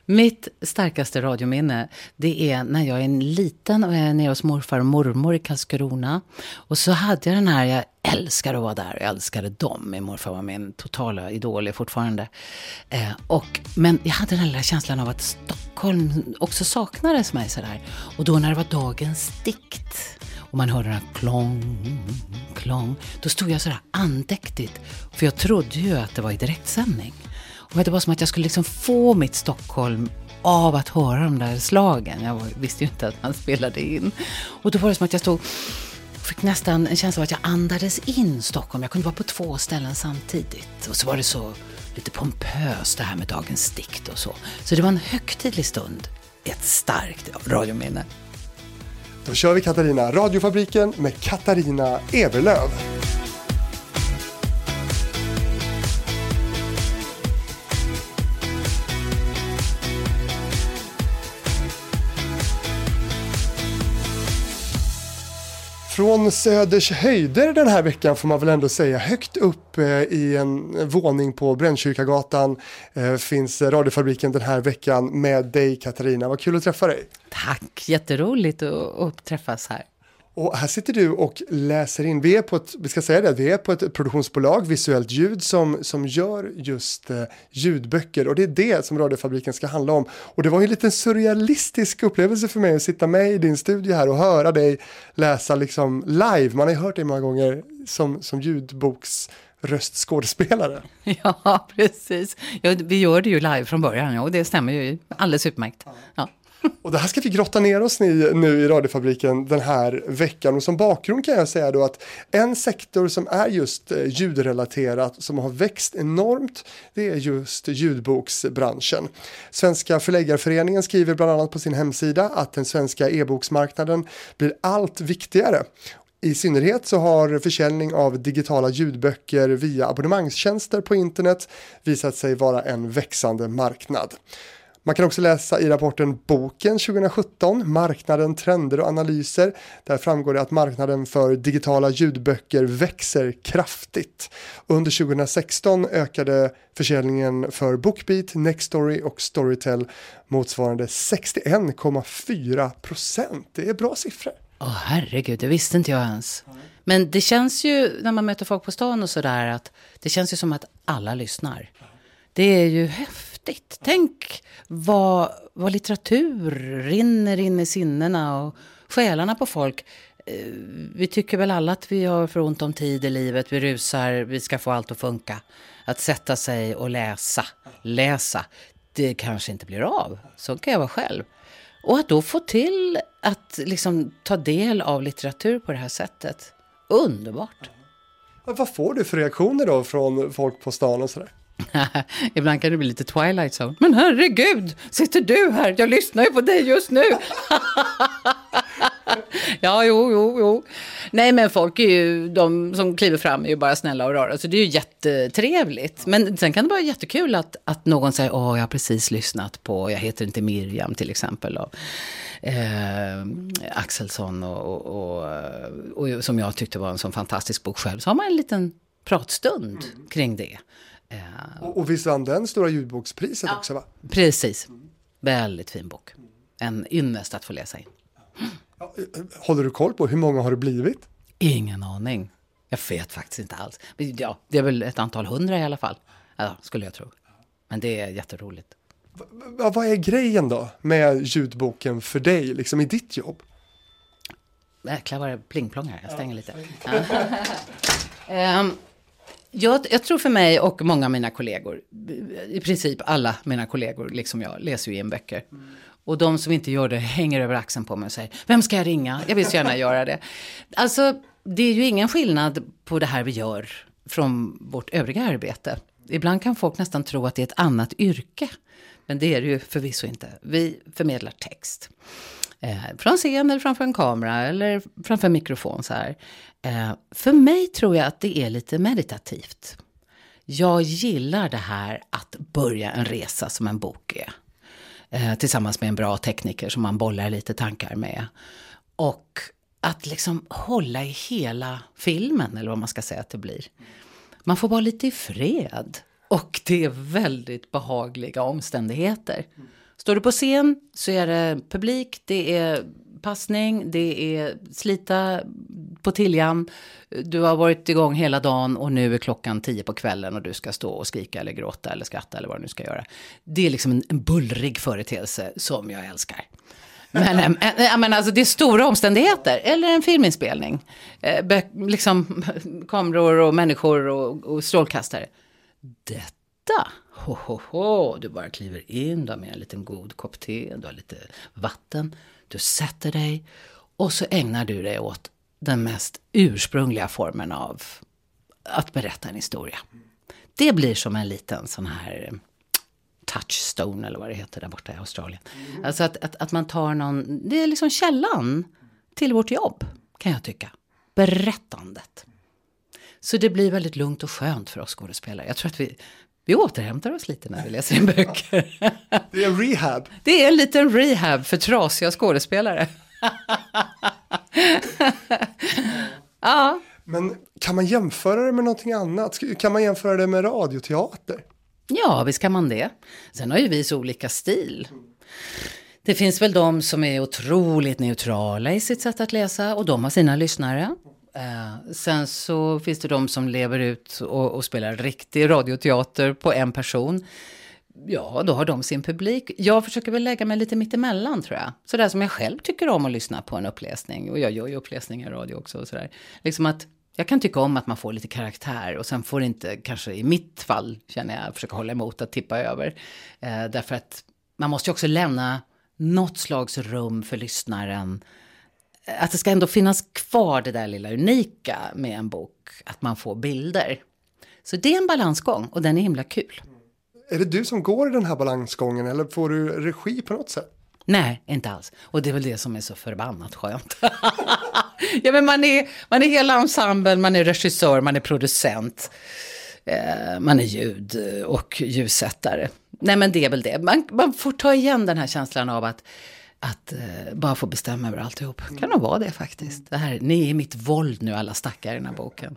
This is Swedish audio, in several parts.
Mitt starkaste radiominne, det är när jag är liten och jag är nere hos morfar och mormor i Karlskrona. Och så hade jag den här, jag älskar att vara där, jag älskade dem. Min morfar var min totala idol fortfarande. Men jag hade den här känslan av att Stockholm också saknades mig sådär. Och då när det var dagens dikt och man hörde den här klong, då stod jag sådär andäktigt. För jag trodde ju att det var i direktsändning. Och det var som att jag skulle liksom få mitt Stockholm av att höra de där slagen. Jag visste ju inte att man spelade in. Och då var det som att jag fick nästan en känsla av att jag andades in Stockholm. Jag kunde vara på 2 ställen samtidigt. Och så var det så lite pompöst det här med dagens dikt och så. Så det var en högtidlig stund. Ett starkt radiominne. Då kör vi Katarina, Radiofabriken med Katarina Ewerlöf. Från Söders höjder den här veckan får man väl ändå säga. Högt upp i en våning på Brännkyrkagatan finns Radiofabriken den här veckan med dig Katarina. Vad kul att träffa dig. Tack, jätteroligt att träffas här. Och här sitter du och läser in. Vi är på ett produktionsbolag, Visuellt ljud, som gör just ljudböcker. Och det är det som Radiofabriken ska handla om. Och det var ju en liten surrealistisk upplevelse för mig att sitta med i din studio här och höra dig läsa liksom live. Man har ju hört dig många gånger som ljudboksröstskådespelare. Ja, precis. Ja, vi gör det ju live från början och det stämmer ju alldeles utmärkt. Ja. Och det här ska vi grotta ner oss nu i Radiofabriken den här veckan. Och som bakgrund kan jag säga då att en sektor som är just ljudrelaterat, som har växt enormt, det är just ljudboksbranschen. Svenska förläggarföreningen skriver bland annat på sin hemsida att den svenska e-boksmarknaden blir allt viktigare. I synnerhet så har försäljning av digitala ljudböcker via abonnemangstjänster på internet visat sig vara en växande marknad. Man kan också läsa i rapporten Boken 2017, Marknaden, trender och analyser. Där framgår det att marknaden för digitala ljudböcker växer kraftigt. Under 2016 ökade försäljningen för Bookbeat, Nextory och Storytel motsvarande 61,4%. Det är bra siffror. Herregud, det visste inte jag ens. Men det känns ju, när man möter folk på stan och sådär, att det känns ju som att alla lyssnar. Det är ju häftigt. Tänk vad litteratur rinner in i sinnena och själarna på folk. Vi tycker väl alla att vi har för ont om tid i livet. Vi rusar, vi ska få allt att funka. Att sätta sig och läsa. Det kanske inte blir av. Så kan jag vara själv. Och att då få till att liksom ta del av litteratur på det här sättet. Underbart. Vad får du för reaktioner då från folk på stan och sådär? Ibland kan det bli lite Twilight Zone. Men herregud, sitter du här? Jag lyssnar ju på dig just nu. Ja, jo. Nej, men folk är ju, de som kliver fram är ju bara snälla och rara. Så det är ju jättetrevligt. Men sen kan det vara jättekul att någon säger, jag har precis lyssnat på, jag heter inte Miriam till exempel. Och Axelsson och som jag tyckte var en sån fantastisk bok själv. Så har man en liten pratstund kring det. Och visst vann den stora ljudbokspriset också, va? Precis. Väldigt fin bok. En ynnest att få läsa in. Håller du koll på hur många har det blivit? Ingen aning. Jag vet faktiskt inte alls. Ja, det är väl ett antal 100 i alla fall. Ja, skulle jag tro. Men det är jätteroligt. Vad är grejen då med ljudboken för dig, liksom i ditt jobb? Jäklar var det plingplong här. Jag stänger lite. Jag tror för mig och många av mina kollegor, i princip alla mina kollegor, liksom jag, läser ju in böcker. Och de som inte gör det hänger över axeln på mig och säger, vem ska jag ringa? Jag vill så gärna göra det. Alltså, det är ju ingen skillnad på det här vi gör från vårt övriga arbete. Ibland kan folk nästan tro att det är ett annat yrke. Men det är det ju förvisso inte. Vi förmedlar text. Från scen eller framför en kamera eller framför en mikrofon så här. För mig tror jag att det är lite meditativt. Jag gillar det här att börja en resa som en bok är. Tillsammans med en bra tekniker som man bollar lite tankar med. Och att liksom hålla i hela filmen, eller vad man ska säga att det blir. Man får vara lite i fred. Och det är väldigt behagliga omständigheter. Står du på scen så är det publik, det är passning, det är slita på tiljan. Du har varit igång hela dagen och nu är klockan 10 på kvällen och du ska stå och skrika eller gråta eller skratta eller vad du nu ska göra. Det är liksom en bullrig företeelse som jag älskar. Men alltså det är stora omständigheter. Eller en filminspelning. Liksom kameror och människor och strålkastare. Detta, du bara kliver in, du har med en liten god kopp te, du har lite vatten, du sätter dig och så ägnar du dig åt den mest ursprungliga formen av att berätta en historia. Det blir som en liten sån här touchstone eller vad det heter där borta i Australien. Alltså att man tar någon, det är liksom källan till vårt jobb, kan jag tycka. Berättandet. Så det blir väldigt lugnt och skönt för oss skådespelare. Jag tror att vi återhämtar oss lite när vi läser in böcker. Det är en rehab. Det är en liten rehab för trasiga skådespelare. Ja. Men kan man jämföra det med någonting annat? Kan man jämföra det med radioteater? Ja, visst kan man det. Sen har ju vi så olika stil. Det finns väl de som är otroligt neutrala i sitt sätt att läsa och de har sina lyssnare. Sen så finns det de som lever ut och spelar riktig radioteater på en person. Ja, då har de sin publik. Jag försöker väl lägga mig lite mittemellan, tror jag. Sådär som jag själv tycker om att lyssna på en uppläsning. Och jag gör ju uppläsningar i radio också. Och sådär. Liksom att jag kan tycka om att man får lite karaktär. Och sen får inte, kanske i mitt fall, känner jag, försöka hålla emot att tippa över. Därför att man måste ju också lämna något slags rum för lyssnaren. Att det ska ändå finnas kvar det där lilla unika med en bok. Att man får bilder. Så det är en balansgång och den är himla kul. Är det du som går i den här balansgången eller får du regi på något sätt? Nej, inte alls. Och det är väl det som är så förbannat skönt. Ja, men man är hela ensemblen, man är regissör, man är producent. Man är ljud och ljussättare. Nej, men det är väl det. Man får ta igen den här känslan av att bara få bestämma över alltihop. Kan nog vara det faktiskt. Det här, ni är mitt våld nu, alla stackare i den här boken.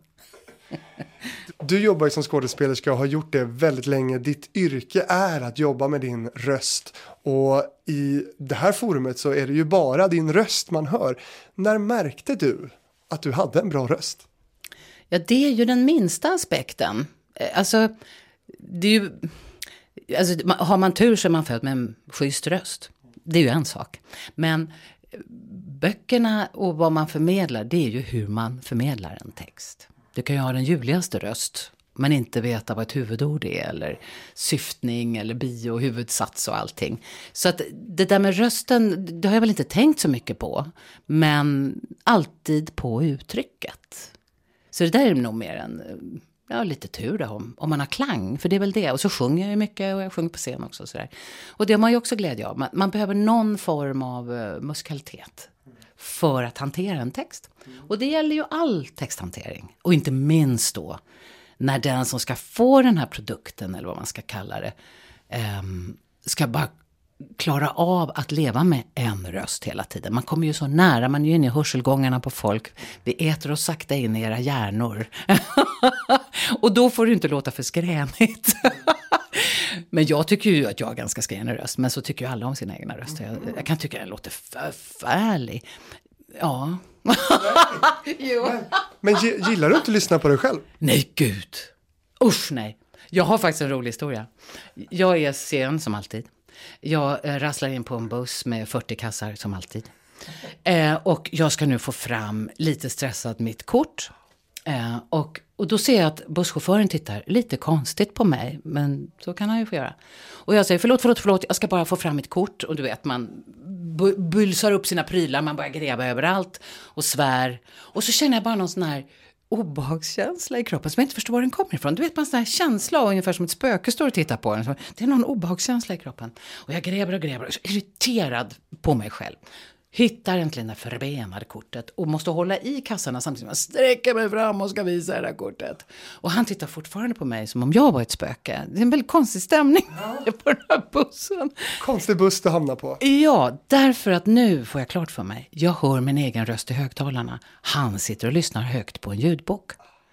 Du jobbar ju som skådespelerska och har gjort det väldigt länge. Ditt yrke är att jobba med din röst. Och i det här forumet så är det ju bara din röst man hör. När märkte du att du hade en bra röst? Ja, det är ju den minsta aspekten. Alltså, det är ju, alltså, har man tur så är man född med en schysst röst. Det är ju en sak. Men böckerna och vad man förmedlar, det är ju hur man förmedlar en text. Du kan ju ha den ljuvligaste röst, men inte veta vad ett huvudord är, eller syftning, eller bio, huvudsats och allting. Så att det där med rösten, det har jag väl inte tänkt så mycket på, men alltid på uttrycket. Så det där är nog mer en, lite tur då, om man har klang, för det är väl det. Och så sjunger jag ju mycket och jag sjunger på scen också. Så där. Och det har man ju också glädje av. Man behöver någon form av musikalitet för att hantera en text. Och det gäller ju all texthantering. Och inte minst då när den som ska få den här produkten, eller vad man ska kalla det, ska bara klara av att leva med en röst hela tiden. Man kommer ju så nära, man är ju inne i hörselgångarna på folk. Vi äter oss sakta in i era hjärnor. Och då får det inte låta för skränigt. Men jag tycker ju att jag har ganska skränig röst. Men så tycker ju alla om sina egna röster. Jag kan tycka att den låter förfärlig. Ja. Men gillar du inte att lyssna på dig själv? Nej, gud. Usch, nej. Jag har faktiskt en rolig historia. Jag är sen som alltid. Jag rasslar in på en buss med 40 kassar som alltid. Och jag ska nu få fram lite stressat mitt kort. Och då ser jag att busschauffören tittar lite konstigt på mig. Men så kan han ju få göra. Och jag säger förlåt. Jag ska bara få fram mitt kort. Och du vet, man bulsar upp sina prylar. Man börjar gräva överallt och svär. Och så känner jag bara någon sån här obehagskänsla i kroppen som jag inte förstår var den kommer ifrån. Du vet, man sån här känsla ungefär som ett spöke står och tittar på den. Det är någon obehagskänsla i kroppen. Och jag gräver och är så irriterad på mig själv. Hittar äntligen det förbenade kortet och måste hålla i kassarna samtidigt som jag sträcker mig fram och ska visa det här kortet. Och han tittar fortfarande på mig som om jag var ett spöke. Det är en väldigt konstig stämning på den här bussen. Konstig buss du hamnar på. Ja, därför att nu får jag klart för mig. Jag hör min egen röst i högtalarna. Han sitter och lyssnar högt på en ljudbok.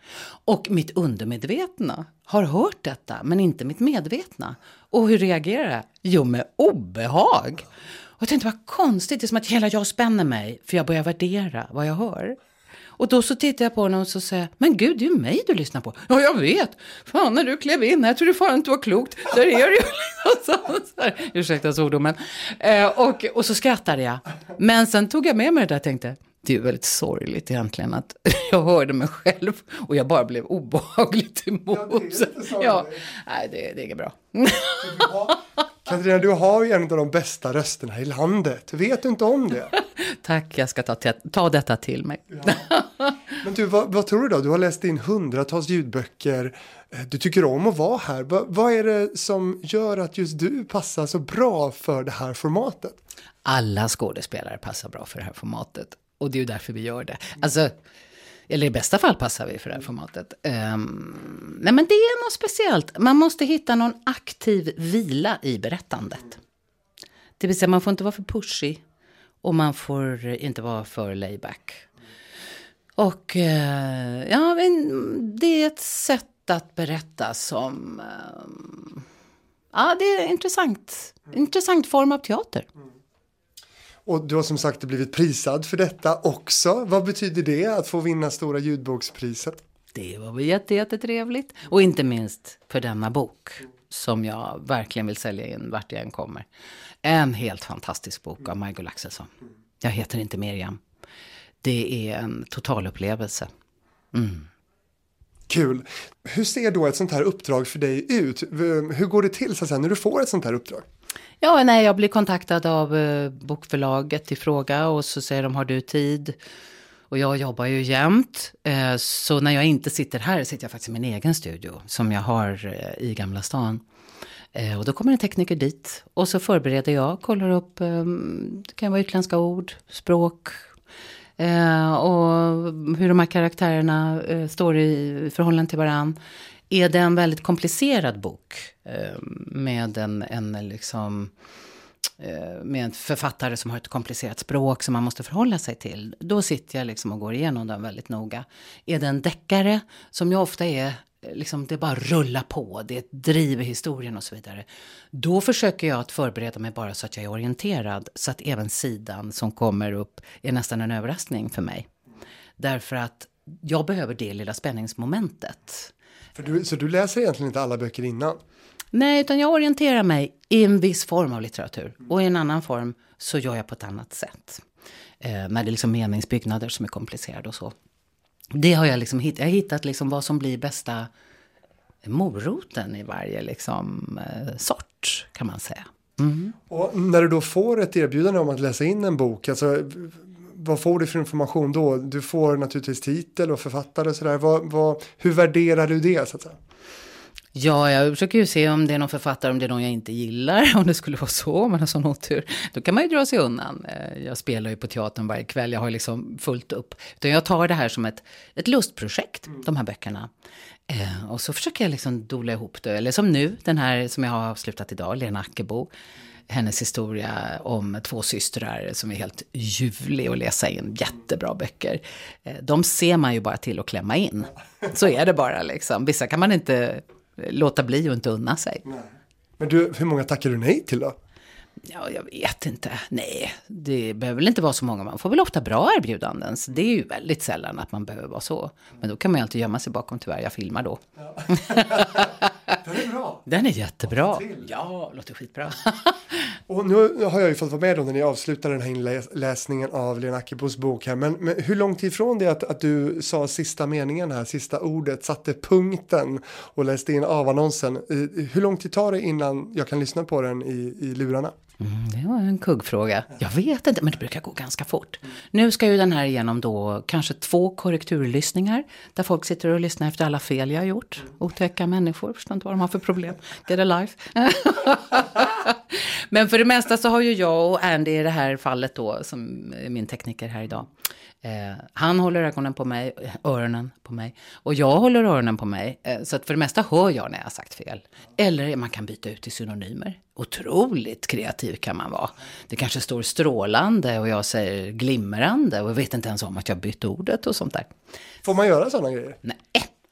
Och mitt undermedvetna har hört detta, men inte mitt medvetna. Och hur reagerar jag? Jo, med obehag. Och jag tänkte, vad konstigt, det är som att hela jag spänner mig, för jag börjar värdera vad jag hör. Och då så tittar jag på honom och så säger, men gud, det är ju mig du lyssnar på. Ja, jag vet. Fan, när du klev in här, jag tror du fan inte var klokt. Där är det ju. Ursäkta svordomen. Och så skrattade jag. Men sen tog jag med mig det där och tänkte, det är ju väldigt sorgligt egentligen att jag hörde mig själv och jag bara blev obehagligt emot. Ja, det är lite sorgligt. Ja, nej, det är inget bra. Katarina, du har ju en av de bästa rösterna i landet. Vet du inte om det? Tack, jag ska ta detta till mig. Ja. Men du, vad tror du då? Du har läst in hundratals ljudböcker. Du tycker om att vara här. Vad är det som gör att just du passar så bra för det här formatet? Alla skådespelare passar bra för det här formatet. Och det är ju därför vi gör det. Alltså, eller i bästa fall passar vi för det här formatet. Nej, men det är något speciellt. Man måste hitta någon aktiv vila i berättandet. Det vill säga, man får inte vara för pushy. Och man får inte vara för layback. Och ja, det är ett sätt att berätta som... ja, det är intressant. Intressant form av teater. Och du har som sagt blivit prisad för detta också. Vad betyder det att få vinna Stora ljudbokspriset? Det var jättetrevligt. Och inte minst för denna bok som jag verkligen vill sälja in vart jag än kommer. En helt fantastisk bok av Maj-Gull Axelsson. Jag heter inte Miriam. Det är en total upplevelse. Kul. Hur ser då ett sånt här uppdrag för dig ut? Hur går det till så att säga, när du får ett sånt här uppdrag? Ja, när jag blir kontaktad av bokförlaget i fråga och så säger de, har du tid? Och jag jobbar ju jämt. Så när jag inte sitter här sitter jag faktiskt i min egen studio som jag har i Gamla stan. Och då kommer en tekniker dit och så förbereder jag, kollar upp, det kan vara utländska ord, språk och hur de här karaktärerna står i förhållande till varann. Är det en väldigt komplicerad bok med med en författare som har ett komplicerat språk som man måste förhålla sig till, då sitter jag liksom och går igenom den väldigt noga. Är det en deckare som ju ofta är liksom, det bara rullar på, det är ett driv i historien och så vidare, då försöker jag att förbereda mig bara så att jag är orienterad, så att även sidan som kommer upp är nästan en överraskning för mig. Därför att jag behöver det lilla spänningsmomentet. Så du läser egentligen inte alla böcker innan? Nej, utan jag orienterar mig i en viss form av litteratur. Och i en annan form så gör jag på ett annat sätt. När det är liksom meningsbyggnader som är komplicerade och så. Det har jag liksom hittat. Jag har hittat liksom vad som blir bästa moroten i varje liksom, sort, kan man säga. Och när du då får ett erbjudande om att läsa in en bok, alltså, vad får du för information då? Du får naturligtvis titel och författare och sådär. Hur värderar du det så att säga? Ja, jag försöker ju se om det är någon författare, om det är någon jag inte gillar, om det skulle vara så, om man har sån otur. Då kan man ju dra sig undan. Jag spelar ju på teatern varje kväll, jag har liksom fullt upp. Utan jag tar det här som ett lustprojekt, de här böckerna. Och så försöker jag liksom dola ihop det. Eller som nu, den här som jag har avslutat idag, Lena Ackebo. Hennes historia om 2 systrar som är helt ljuvlig att läsa in. Jättebra böcker. De ser man ju bara till att klämma in. Så är det bara liksom. Vissa kan man inte låta bli och inte unna sig. Nej. Men du, hur många tackar du nej till då? Ja, jag vet inte. Nej, det behöver väl inte vara så många. Man får väl ofta bra erbjudanden. Så det är ju väldigt sällan att man behöver vara så. Men då kan man ju alltid gömma sig bakom, tyvärr, jag filmar då. Ja. Den är bra. Den är jättebra. Ja, låter skitbra. Och nu har jag ju fått vara med då när ni avslutar den här inläsningen av Lena Ackebos bok här. Men hur lång tid från det att du sa sista meningen här, sista ordet, satte punkten och läste in avannonsen. Hur lång tid tar det innan jag kan lyssna på den i lurarna? Det var en kuggfråga. Jag vet inte, men det brukar gå ganska fort. Nu ska ju den här igenom då kanske 2 korrekturlyssningar. Där folk sitter och lyssnar efter alla fel jag har gjort. Otäcka människor, förstår inte vad de har för problem. Get a life. Men för det mesta så har ju jag och Andy i det här fallet då, som är min tekniker här idag. Han håller öronen på mig. Och jag håller öronen på mig. Så att för det mesta hör jag när jag har sagt fel. Eller man kan byta ut till synonymer. Otroligt kreativ kan man vara. Det kanske står strålande och jag säger glimrande. Och jag vet inte ens om att jag bytt ordet och sånt där. Får man göra sådana grejer? Nej,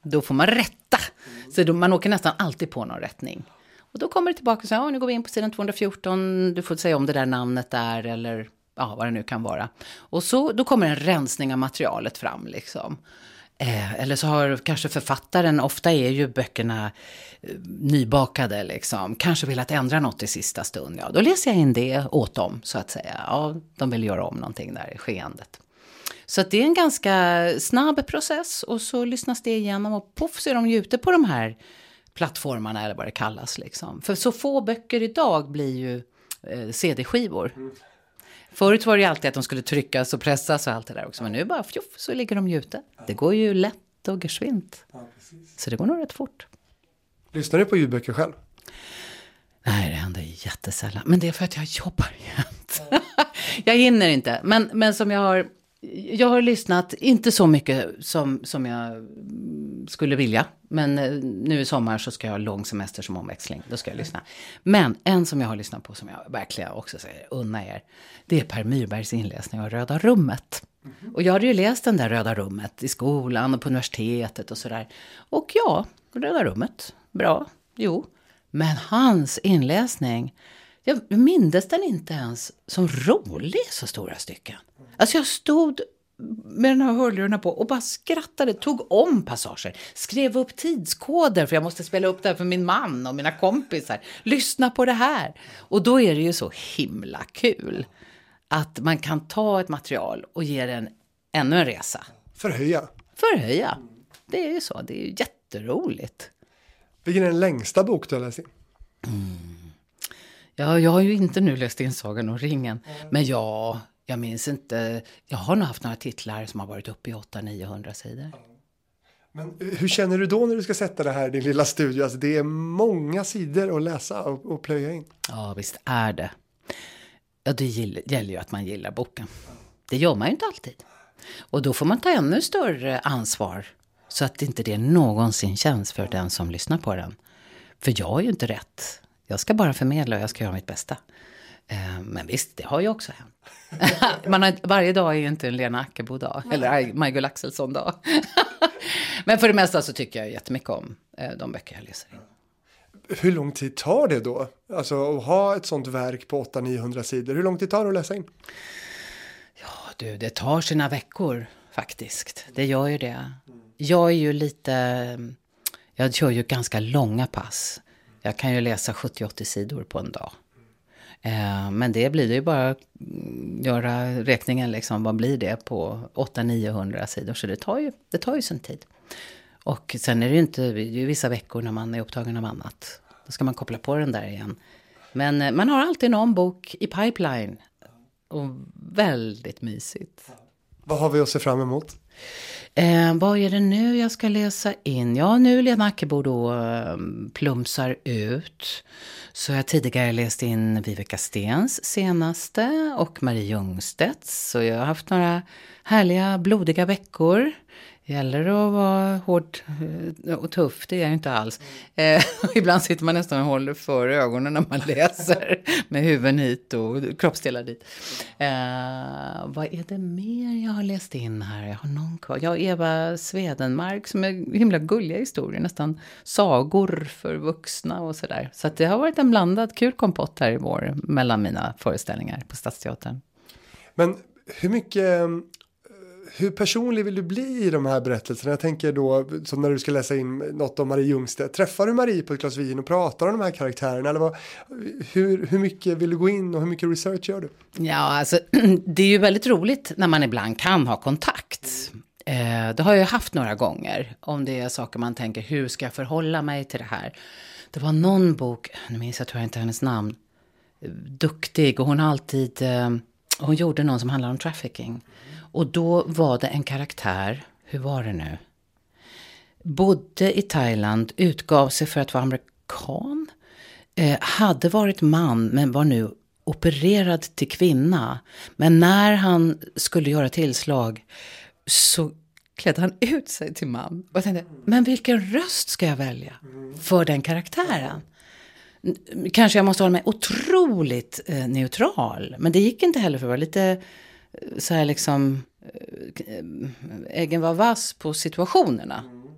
Då får man rätta. Så man åker nästan alltid på någon rättning. Och då kommer det tillbaka och säger, nu går vi in på sidan 214. Du får säga om det där namnet där eller vad det nu kan vara. Och då kommer en rensning av materialet fram liksom. Eller så har kanske författaren, ofta är ju böckerna nybakade liksom. Kanske vill att ändra något i sista stund. Ja, då läser jag in det åt dem så att säga. Ja, de vill göra om någonting där i skeendet. Så att det är en ganska snabb process och så lyssnas det igenom och poff så är de ju ute på de här plattformarna eller vad det kallas liksom. För så få böcker idag blir ju CD-skivor. Förut var det ju alltid att de skulle tryckas och pressas och allt det där också. Men nu bara så ligger de ju ute. Det går ju lätt och geschwint. Så det går nog rätt fort. Lyssnar du på ljudböcker själv? Nej, det händer jättesällan. Men det är för att jag jobbar jämt. Jag hinner inte. Men som jag har lyssnat inte så mycket som jag skulle vilja. Men nu i sommar så ska jag ha lång semester som omväxling. Då ska jag lyssna. Men en som jag har lyssnat på som jag verkligen också säger unna er. Det är Per Myrbergs inläsning av Röda rummet. Och jag hade ju läst den där Röda rummet i skolan och på universitetet och sådär. Och ja, Röda rummet, bra, jo. Men hans inläsning, jag mindes den inte ens som rolig så stora stycken. Alltså jag stod med den här hörlurarna på och bara skrattade, tog om passager, skrev upp tidskoder för jag måste spela upp det här för min man och mina kompisar. Lyssna på det här. Och då är det ju så himla kul att man kan ta ett material och ge den ännu en resa. Förhöja. Det är ju så, det är ju jätteroligt. Vilken är den längsta bok du har läst in? Ja, jag har ju inte nu läst in Sagan om ringen. Men jag minns inte. Jag har nog haft några titlar som har varit uppe i 800-900 sidor. Men hur känner du då när du ska sätta det här i din lilla studio? Alltså det är många sidor att läsa och plöja in. Ja, visst är det. Ja, det gäller ju att man gillar boken. Det gör man ju inte alltid. Och då får man ta ännu större ansvar. Så att inte det någonsin känns för den som lyssnar på den. För jag har ju inte rätt. Jag ska bara förmedla och jag ska göra mitt bästa. Men visst, det har ju också hänt. Varje dag är ju inte en Lena Ackerbo-dag. Eller Michael Axelsson-dag. Men för det mesta så tycker jag jättemycket om de böcker jag läser in. Hur lång tid tar det då? Alltså att ha ett sånt verk på 800-900 sidor. Hur lång tid tar det att läsa in? Ja, det tar sina veckor faktiskt. Det gör ju det. Jag är ju jag kör ju ganska långa pass. Jag kan ju läsa 70-80 sidor på en dag. Men det blir det ju bara göra räkningen liksom. Vad blir det på 800-900 sidor? Så det tar ju sin tid. Och sen är det ju vissa veckor när man är upptagen av annat. Då ska man koppla på den där igen. Men man har alltid någon bok i pipeline. Och väldigt mysigt. Vad har vi att se fram emot? Vad är det nu jag ska läsa in? Ja, nu Lena Ackerbo då plumsar ut. Så jag tidigare läst in Viveka Stens senaste och Marie Ljungstedts. Så jag har haft några härliga blodiga veckor. Gäller att vara hård och tuff, det är jag inte alls. Ibland sitter man nästan och håller för ögonen när man läser. Med huven hit och kroppsdelar dit. Vad är det mer jag har läst in här? Jag har någon kvar. Jag har Eva Swedenmark som är himla gulliga historier. Nästan sagor för vuxna och sådär. Så att det har varit en blandad kul kompott här i vår mellan mina föreställningar på Stadsteatern. Men hur personlig vill du bli i de här berättelserna? Jag tänker då, som när du ska läsa in något om Marie Ljungstedt. Träffar du Marie på ett glas vin och pratar om de här karaktärerna? Eller hur mycket vill du gå in och hur mycket research gör du? Ja, alltså det är ju väldigt roligt när man ibland kan ha kontakt. Det har jag haft några gånger. Om det är saker man tänker, hur ska jag förhålla mig till det här? Det var någon bok, nu minns jag tror inte hennes namn. Duktig och hon gjorde någon som handlar om trafficking. Och då var det en karaktär, hur var det nu? Bodde i Thailand, utgav sig för att vara amerikan. Hade varit man men var nu opererad till kvinna. Men när han skulle göra tillslag så klädde han ut sig till man. Och jag tänkte, men vilken röst ska jag välja för den karaktären? Kanske jag måste hålla mig otroligt neutral. Men det gick inte heller för att vara lite så här liksom äggen var vass på situationerna.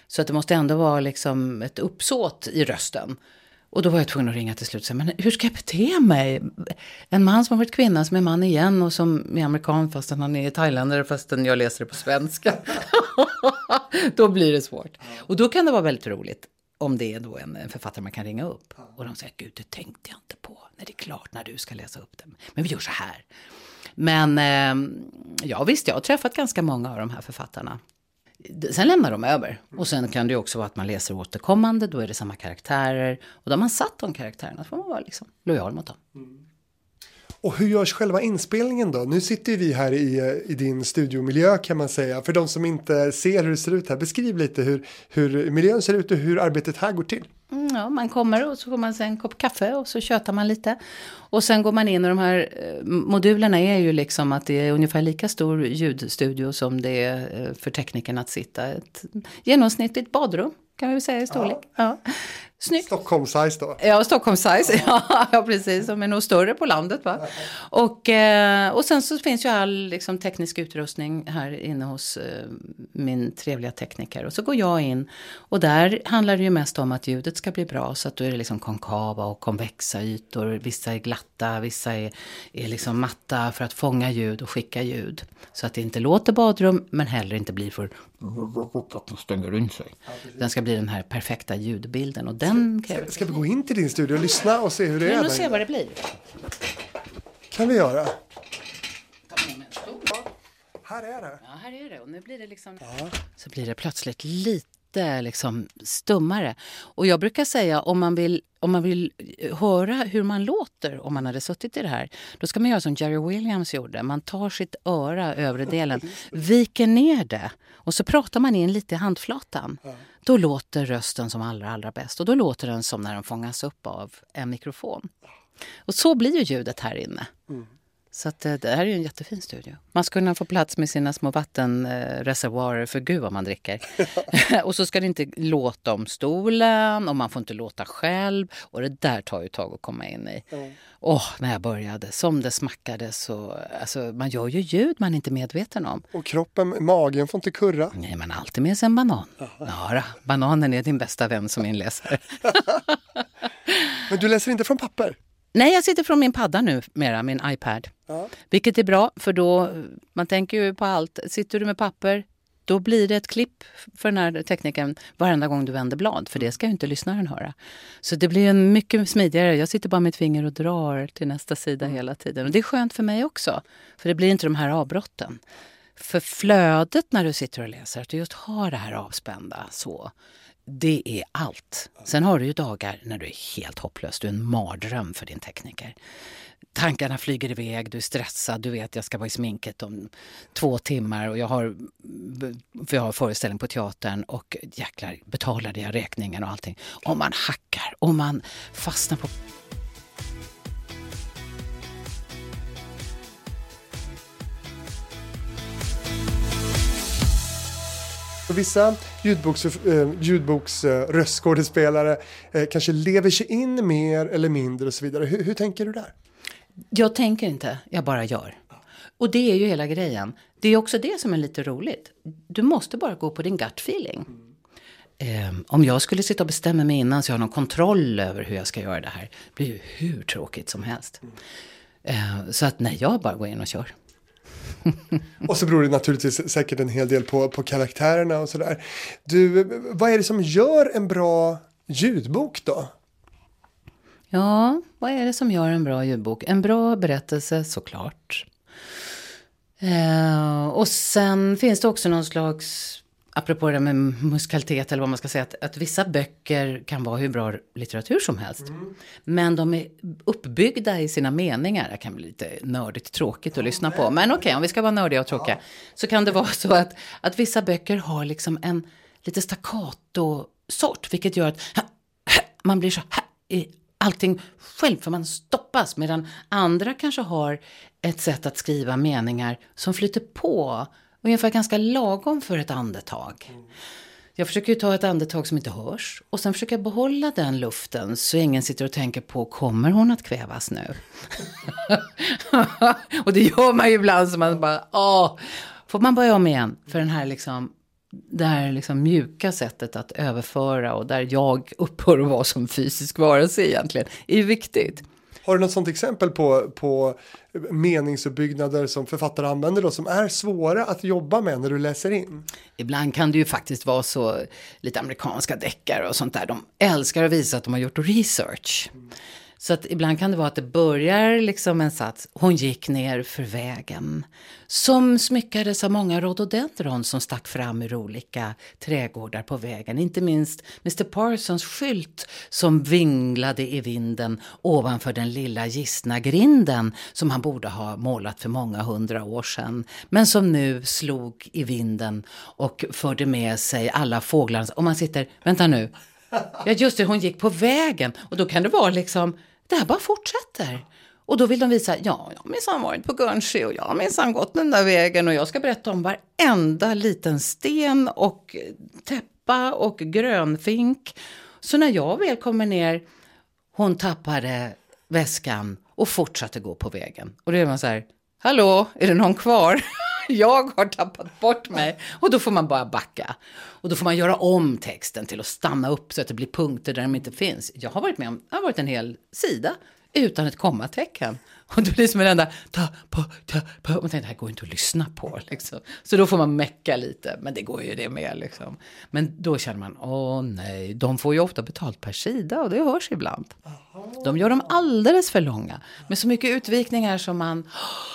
Så att det måste ändå vara liksom ett uppsåt i rösten. Och då var jag tvungen att ringa till slut och säga, men hur ska jag bete mig? En man som har varit kvinna som är man igen och som är amerikan fastän han är thailändare fastän jag läser det på svenska. Då blir det svårt. Och då kan det vara väldigt roligt om det är då en författare man kan ringa upp. Och de säger, gud det tänkte jag inte på när det är klart när du ska läsa upp det. Men vi gör så här. Men ja visst, jag har träffat ganska många av de här författarna. Sen lämnar de över. Och sen kan det ju också vara att man läser återkommande. Då är det samma karaktärer. Och då har man satt de karaktärerna så får man vara liksom lojal mot dem. Och hur görs själva inspelningen då? Nu sitter vi här i din studiomiljö kan man säga. För de som inte ser hur det ser ut här, beskriv lite hur miljön ser ut och hur arbetet här går till. Ja, man kommer och så får man sig en kopp kaffe och så tjötar man lite. Och sen går man in och de här modulerna är ju liksom att det är ungefär lika stor ljudstudio som det är för teknikerna att sitta. Ett genomsnittligt badrum kan vi väl säga i storlek. Ja. Snyggt. Stockholm size då? Ja, Stockholm size. Ja, precis. De är nog större på landet va? Och sen så finns ju all liksom, teknisk utrustning här inne hos min trevliga tekniker. Och så går jag in och där handlar det ju mest om att ljudet ska bli bra. Så att då är det liksom konkava och konvexa ytor. Vissa är glatta, vissa är liksom matta för att fånga ljud och skicka ljud. Så att det inte låter badrum men heller inte blir för att de stänger in sig. Den ska bli den här perfekta ljudbilden och den ska vi gå in till din studio och lyssna och se hur det är? Och se vad det blir. Kan vi göra? Här är det. Ja, här är det. Och nu blir det liksom... Ja. Så blir det plötsligt lite liksom stummare. Och jag brukar säga om man vill höra hur man låter om man hade suttit i det här. Då ska man göra som Jerry Williams gjorde. Man tar sitt öra, övre delen, viker ner det. Och så pratar man in lite i handflatan. Ja. Då låter rösten som allra bäst. Och då låter den som när den fångas upp av en mikrofon. Och så blir ju ljudet här inne. Mm. Så att det här är ju en jättefin studio. Man ska kunna få plats med sina små vattenreservoarer för gud vad man dricker. Och så ska det inte låta om stolen och man får inte låta själv. Och det där tar ju tag att komma in i. När jag började, som det smackade så... Alltså man gör ju ljud man är inte medveten om. Och kroppen, magen får inte kurra. Nej, man har alltid med sig en banan. Ja, bananen är din bästa vän som inläsare. Men du läser inte från papper? Nej, jag sitter från min padda nu mera, min iPad. Ja. Vilket är bra, för då, man tänker ju på allt. Sitter du med papper, då blir det ett klipp för den här tekniken varenda gång du vänder blad. För det ska ju inte lyssnaren höra. Så det blir en mycket smidigare. Jag sitter bara med ett finger och drar till nästa sida hela tiden. Och det är skönt för mig också. För det blir inte de här avbrotten. För flödet när du sitter och läser, att du just har det här avspända så... Det är allt. Sen har du ju dagar när du är helt hopplös. Du är en mardröm för din tekniker. Tankarna flyger iväg, du är stressad. Du vet jag ska vara i sminket om 2 timmar. Och jag har föreställning på teatern. Och jäklar, betalade jag räkningen och allting. Och man hackar och man fastnar på... Vissa ljudboksröstskådespelare kanske lever sig in mer eller mindre och så vidare. Hur tänker du där? Jag tänker inte, jag bara gör. Och det är ju hela grejen. Det är också det som är lite roligt. Du måste bara gå på din gut feeling. Om jag skulle sitta och bestämma mig innan så jag har någon kontroll över hur jag ska göra det här. Det blir ju hur tråkigt som helst. Så att nej, jag bara går in och kör. Och så beror det naturligtvis säkert en hel del på karaktärerna och sådär. Du, vad är det som gör en bra ljudbok då? Ja, vad är det som gör en bra ljudbok? En bra berättelse såklart. Och sen finns det också någon slags, apropå det med musikalitet eller vad man ska säga, att vissa böcker kan vara hur bra litteratur som helst. Men de är uppbyggda i sina meningar. Det kan bli lite nördigt tråkigt att lyssna på. Men okej, om vi ska vara nördiga och tråkiga så kan det vara så att vissa böcker har liksom en lite staccato-sort. Vilket gör att man blir så i allting själv för man stoppas. Medan andra kanske har ett sätt att skriva meningar som flyter på ungefär ganska lagom för ett andetag. Jag försöker ju ta ett andetag som inte hörs. Och sen försöker jag behålla den luften så ingen sitter och tänker på, kommer hon att kvävas nu? Och det gör man ju ibland så man bara, får man börja om igen? För den här liksom det här liksom mjuka sättet att överföra och där jag upphör att vara som fysisk varelse egentligen är ju viktigt. Har du något sånt exempel på meningsuppbyggnader som författare använder då, som är svåra att jobba med när du läser in? Ibland kan det ju faktiskt vara så lite amerikanska deckare och sånt där. De älskar att visa att de har gjort research. Så att ibland kan det vara att det börjar liksom en sats. Hon gick ner för vägen. Som smyckades av många rhododendron som stack fram ur olika trädgårdar på vägen. Inte minst Mr. Parsons skylt som vinglade i vinden ovanför den lilla gistna grinden som han borde ha målat för många 100 år sedan. Men som nu slog i vinden och förde med sig alla fåglarna. Och man sitter, vänta nu. Ja just det, hon gick på vägen. Och då kan det vara liksom, det här bara fortsätter. Och då vill de visa, ja, jag har minsann varit på Guernsey och jag har minsann gått den där vägen. Och jag ska berätta om varenda liten sten och täppa och grönfink. Så när jag väl kommer ner, hon tappade väskan och fortsatte gå på vägen. Och då är man så här, hallå, är det någon kvar? Jag har tappat bort mig. Och då får man bara backa. Och då får man göra om texten till att stanna upp så att det blir punkter där de inte finns. Jag har varit med om, det har varit en hel sida utan ett kommatecken. Och det blir som en enda ta på. Och tänkte, det här går inte att lyssna på. Liksom. Så då får man mecka lite. Men det går ju det med. Liksom. Men då känner man, åh nej, de får ju ofta betalt per sida. Och det hörs ibland. De gör dem alldeles för långa. Med så mycket utvikningar som man...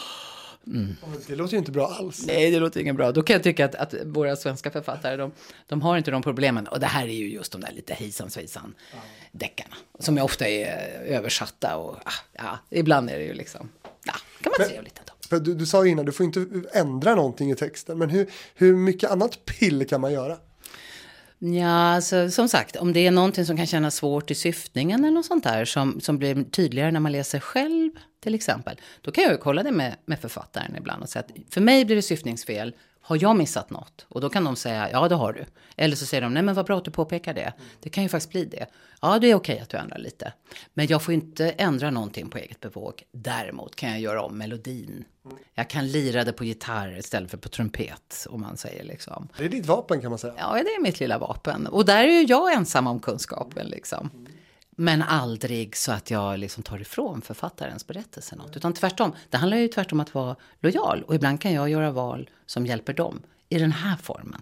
Det låter ju inte bra alls. Nej, det låter ingen bra. Då kan jag tycka att våra svenska författare, de har inte de problemen. Och det här är ju just de där lite hejsan deckarna. Som är ofta är översatta. Och ja, ibland är det ju liksom, ja, kan man säga lite ändå. För du sa innan, du får inte ändra någonting i texten. Men hur mycket annat pill kan man göra? Ja, alltså, som sagt, om det är någonting som kan kännas svårt i syftningen eller något sånt där som blir tydligare när man läser själv till exempel, då kan jag ju kolla det med författaren ibland och säga att för mig blir det syftningsfel, har jag missat något? Och då kan de säga, ja det har du. Eller så säger de, nej men vad bra att du påpekar det. Det kan ju faktiskt bli det. Ja, det är okej att du ändrar lite. Men jag får inte ändra någonting på eget bevåg. Däremot kan jag göra om melodin. Jag kan lira det på gitarr istället för på trumpet, om man säger liksom. Det är ditt vapen kan man säga. Ja, det är mitt lilla vapen. Och där är ju jag ensam om kunskapen liksom. Men aldrig så att jag liksom tar ifrån författarens berättelse något. Utan tvärtom. Det handlar ju tvärtom att vara lojal. Och ibland kan jag göra val som hjälper dem i den här formen.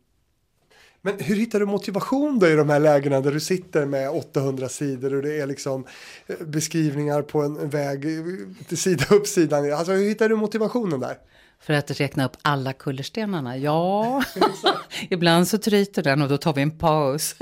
Men hur hittar du motivation då i de här lägena där du sitter med 800 sidor och det är liksom beskrivningar på en väg till sida upp sidan. Alltså hur hittar du motivationen där? För att räkna upp alla kullerstenarna. Ja, ibland så tryter den och då tar vi en paus.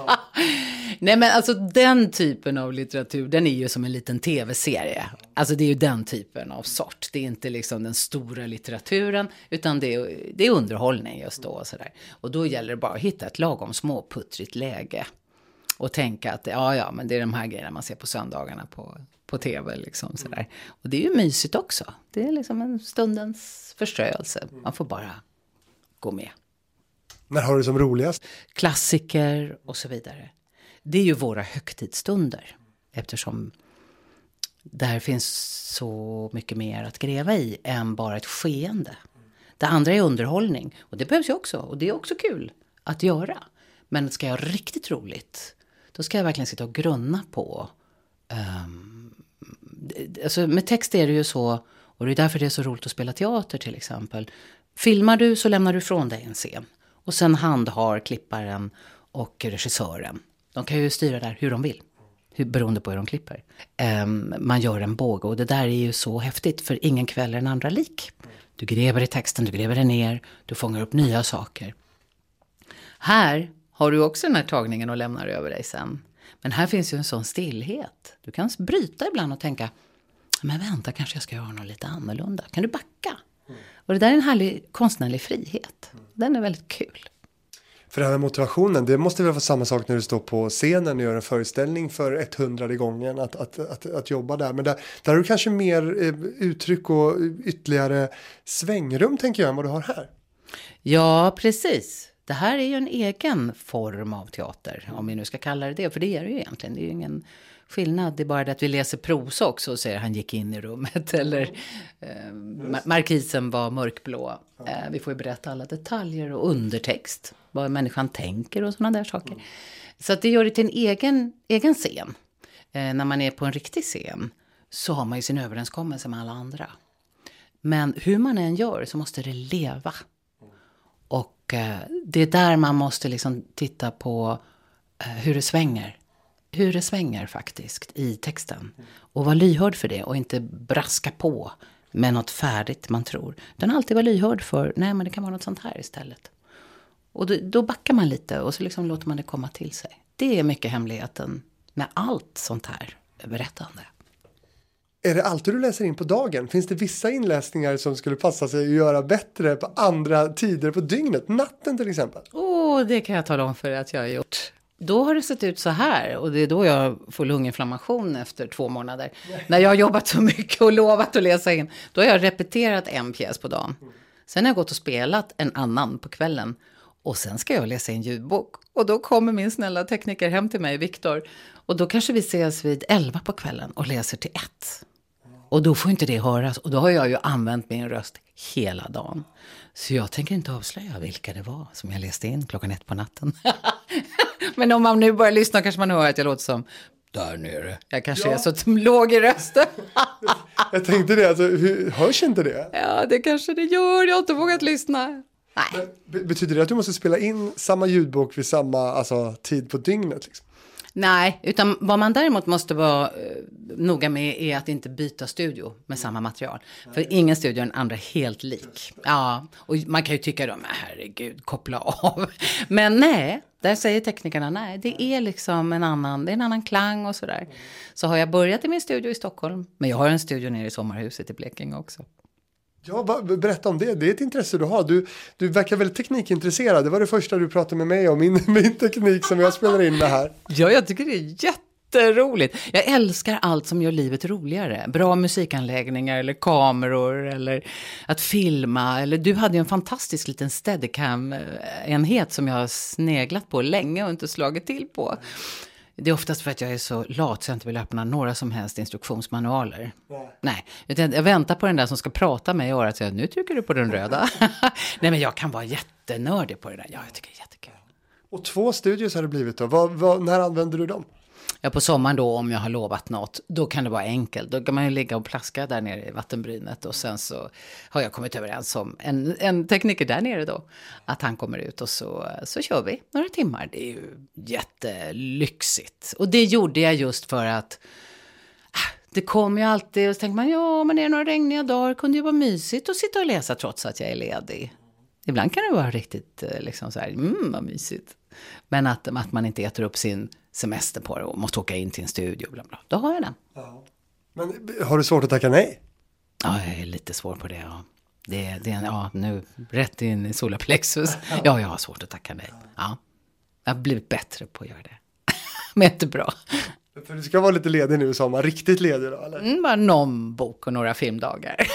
Nej men alltså den typen av litteratur, den är ju som en liten tv-serie. Alltså det är ju den typen av sort. Det är inte liksom den stora litteraturen utan det är underhållning just då och sådär. Och då gäller det bara att hitta ett lagom småputtrigt läge. Och tänka att ja men det är de här grejerna man ser på söndagarna på tv liksom sådär. Och det är ju mysigt också. Det är liksom en stundens förströelse. Man får bara gå med. När har du som roligast? Klassiker och så vidare. Det är ju våra högtidsstunder. Eftersom där finns så mycket mer att gräva i än bara ett skeende. Det andra är underhållning. Och det behövs ju också. Och det är också kul att göra. Men ska jag ha riktigt roligt, då ska jag verkligen sitta och grunna på. Alltså med text är det ju så, och det är därför det är så roligt att spela teater till exempel. Filmar du så lämnar du ifrån dig en scen. Och sen handhar klipparen och regissören. De kan ju styra där hur de vill. Beroende på hur de klipper. Man gör en båge och det där är ju så häftigt. För ingen kväll är den andra lik. Du gräver i texten, du gräver den ner. Du fångar upp nya saker. Här har du också den här tagningen och lämnar över dig sen. Men här finns ju en sån stillhet. Du kan bryta ibland och tänka, men vänta, kanske jag ska göra något lite annorlunda. Kan du backa? Och det där är en härlig konstnärlig frihet. Den är väldigt kul. För den här motivationen, det måste väl vara samma sak när du står på scenen och gör en föreställning för 100 gången att jobba där. Men där har du kanske mer uttryck och ytterligare svängrum tänker jag än vad du har här. Ja, precis. Det här är ju en egen form av teater, om vi nu ska kalla det. För det är det ju egentligen. Det är ju ingen skillnad. Det är bara det att vi läser prosa också och säger han gick in i rummet. Eller markisen var mörkblå. Vi får ju berätta alla detaljer och undertext. Vad människan tänker och sådana där saker. Så att det gör det till en egen scen. När man är på en riktig scen så har man ju sin överenskommelse med alla andra. Men hur man än gör så måste det leva. Och det är där man måste liksom titta på hur det svänger. Hur det svänger faktiskt i texten. Och vara lyhörd för det och inte braska på med något färdigt man tror. Utan alltid vara lyhörd för, nej men det kan vara något sånt här istället. Och då backar man lite och så liksom låter man det komma till sig. Det är mycket hemligheten med allt sånt här berättande. Är det alltid du läser in på dagen? Finns det vissa inläsningar som skulle passa sig att göra bättre på andra tider på dygnet? Natten till exempel? Det kan jag tala om för att jag har gjort. Då har det sett ut så här och det är då jag får lunginflammation efter 2 månader. När jag har jobbat så mycket och lovat att läsa in. Då har jag repeterat en pjäs på dagen. Sen har jag gått och spelat en annan på kvällen. Och sen ska jag läsa en ljudbok. Och då kommer min snälla tekniker hem till mig, Viktor. Och då kanske vi ses vid 11 på kvällen och läser till 1. Och då får inte det höras. Och då har jag ju använt min röst hela dagen. Så jag tänker inte avslöja vilka det var som jag läste in 1 på natten. Men om man nu börjar lyssna kanske man hör att jag låter som där nere. Jag kanske är så låg i rösten. Jag tänkte det, alltså, hörs inte det? Ja, det kanske det gör. Jag har inte vågat lyssna. Nej. Men, betyder det att du måste spela in samma ljudbok vid samma tid på dygnet? Liksom? Nej, utan vad man däremot måste vara noga med är att inte byta studio med samma material. För ingen studio är den andra helt lik. Ja, och man kan ju tycka då, men herregud, koppla av. Men nej, där säger teknikerna, nej, det är liksom en annan klang och sådär. Så har jag börjat i min studio i Stockholm, men jag har en studio nere i sommarhuset i Blekinge också. Ja, berätta om det. Det är ett intresse du har. Du verkar väldigt teknikintresserad. Det var det första du pratade med mig om. Min teknik som jag spelar in med här. Ja, jag tycker det är jätteroligt. Jag älskar allt som gör livet roligare. Bra musikanläggningar eller kameror eller att filma. Eller du hade ju en fantastisk liten Steadicam-enhet som jag har sneglat på länge och inte slagit till på. Det är oftast för att jag är så lat så jag inte vill öppna några som helst instruktionsmanualer. Nej. Jag väntar på den där som ska prata med i örat och säga, nu trycker du på den röda. Nej, men jag kan vara jättenördig på det där. Ja, jag tycker det är jättekul. Och 2 studios har det blivit då. När använder du dem? Ja, på sommaren då om jag har lovat något, då kan det vara enkelt. Då kan man ju ligga och plaska där nere i vattenbrynet och sen så har jag kommit överens om en tekniker där nere då. Att han kommer ut och så kör vi några timmar. Det är ju jättelyxigt. Och det gjorde jag just för att det kommer ju alltid och så tänker man, ja men det är några regniga dagar, kunde ju vara mysigt att sitta och läsa trots att jag är ledig. Ibland kan det vara riktigt liksom så här, vad mysigt. Men att man inte äter upp sin semester på det och måste åka in till en studio. Bla bla. Då har jag den. Ja. Men har du svårt att tacka nej? Ja, jag är lite svår på det. Ja. Det är nu rätt in i solarplexus. Ja, jag har svårt att tacka nej. Ja. Jag har blivit bättre på att göra det. Men inte bra. För du ska vara lite ledig nu i sommar. Riktigt ledig då, eller? Bara någon bok och några filmdagar.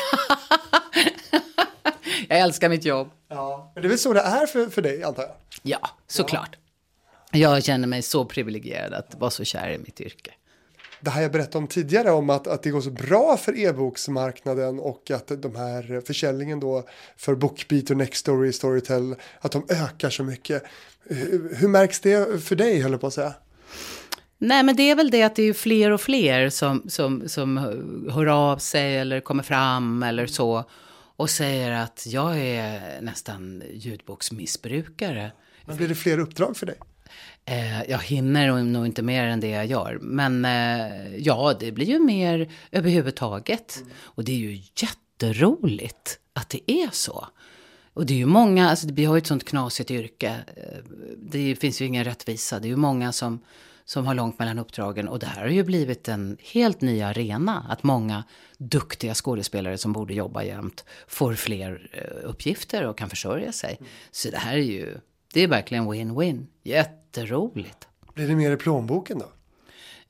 Jag älskar mitt jobb. Ja. Men det är väl så det är för dig, antar jag? Ja, såklart. Jag känner mig så privilegierad att vara så kär i mitt yrke. Det här jag berättade om tidigare om att det går så bra för e-boksmarknaden och att de här försäljningen då för BookBeat och Nextory, Storytel, att de ökar så mycket. Hur märks det för dig, höll jag på att säga? Nej, men det är väl det att det är fler och fler som hör av sig eller kommer fram eller så och säger att jag är nästan ljudboksmissbrukare. Men blir det fler uppdrag för dig? Jag hinner nog inte mer än det jag gör. Men ja, det blir ju mer överhuvudtaget. Och det är ju jätteroligt att det är så. Och det är ju många, alltså vi har ju ett sånt knasigt yrke. Det finns ju ingen rättvisa. Det är ju många som har långt mellan uppdragen. Och det här har ju blivit en helt ny arena. Att många duktiga skådespelare som borde jobba jämt får fler uppgifter och kan försörja sig. Så det här är ju, det är verkligen win-win. Jätteroligt. Blir det mer i plånboken då?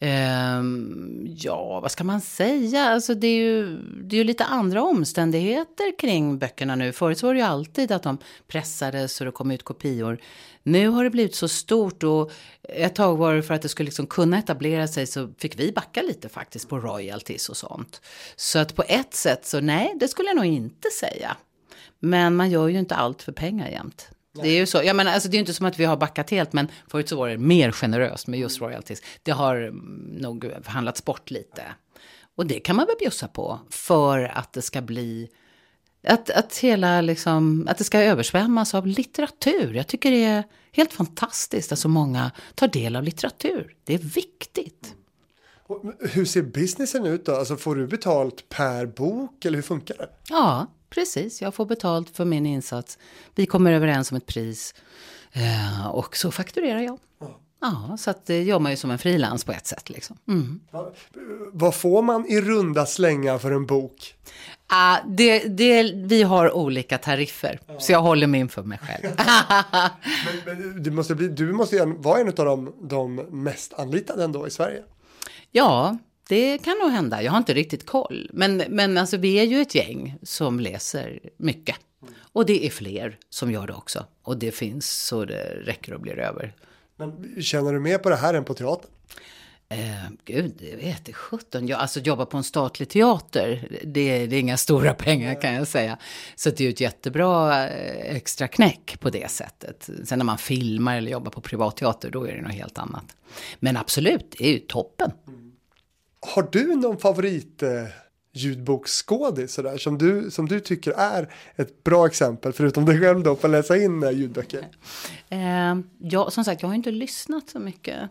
Ja, vad ska man säga? Alltså det är ju lite andra omständigheter kring böckerna nu. Förut så var det ju alltid att de pressades och det kom ut kopior. Nu har det blivit så stort och ett tag var det för att det skulle liksom kunna etablera sig så fick vi backa lite faktiskt på royalties och sånt. Så att på ett sätt så nej, det skulle jag nog inte säga. Men man gör ju inte allt för pengar jämt. Det är ju så. Jag menar, alltså det är ju inte som att vi har backat helt, men förut så var det mer generöst med just royalties. Det har nog förhandlats bort lite. Och det kan man väl bjussa på för att det ska bli att hela liksom, att det ska översvämmas av litteratur. Jag tycker det är helt fantastiskt att så många tar del av litteratur. Det är viktigt. Och hur ser businessen ut då? Alltså får du betalt per bok eller hur funkar det? Ja, precis. Jag får betalt för min insats. Vi kommer överens om ett pris och så fakturerar jag. Ja, så att det gör man ju som en frilans på ett sätt liksom. Mm. Vad får man i runda slängar för en bok? Vi har olika tariffer, så jag håller min för mig själv. men du måste vara en av de mest anlitade ändå i Sverige. Ja, det kan nog hända. Jag har inte riktigt koll. Men alltså, vi är ju ett gäng som läser mycket. Och det är fler som gör det också. Och det finns så det räcker och blir över. Men känner du mer på det här än på teatern? Gud, det vet jag 17. Jag alltså jobbar på en statlig teater. Det är inga stora pengar kan jag säga. Så det är ju ett jättebra extra knäck på det sättet. Sen när man filmar eller jobbar på privatteater, då är det något helt annat. Men absolut, det är ju toppen. Har du någon favorit ljudboksskådis sådär, som du tycker är ett bra exempel, förutom dig själv då, på att läsa in ljudböcker? Ja, som sagt, jag har inte lyssnat så mycket.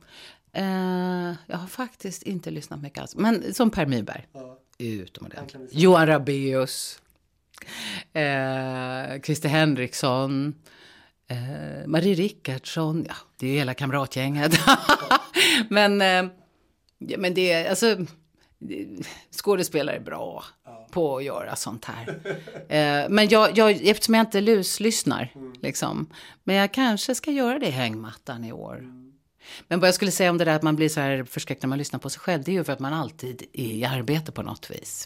Jag har faktiskt inte lyssnat mycket alls. Men som Per Myrberg. Utomordentligt. Johan Rabaeus. Christer Henriksson. Marie Rickardsson. Ja, det är ju hela kamratgänget. men det är alltså skådespelare är bra på att göra sånt här. Men jag eftersom jag inte lyssnar liksom. Men jag kanske ska göra det i hängmattan i år. Men vad jag skulle säga om det där att man blir så här förskräckt när man lyssnar på sig själv, det är ju för att man alltid är i arbete på något vis.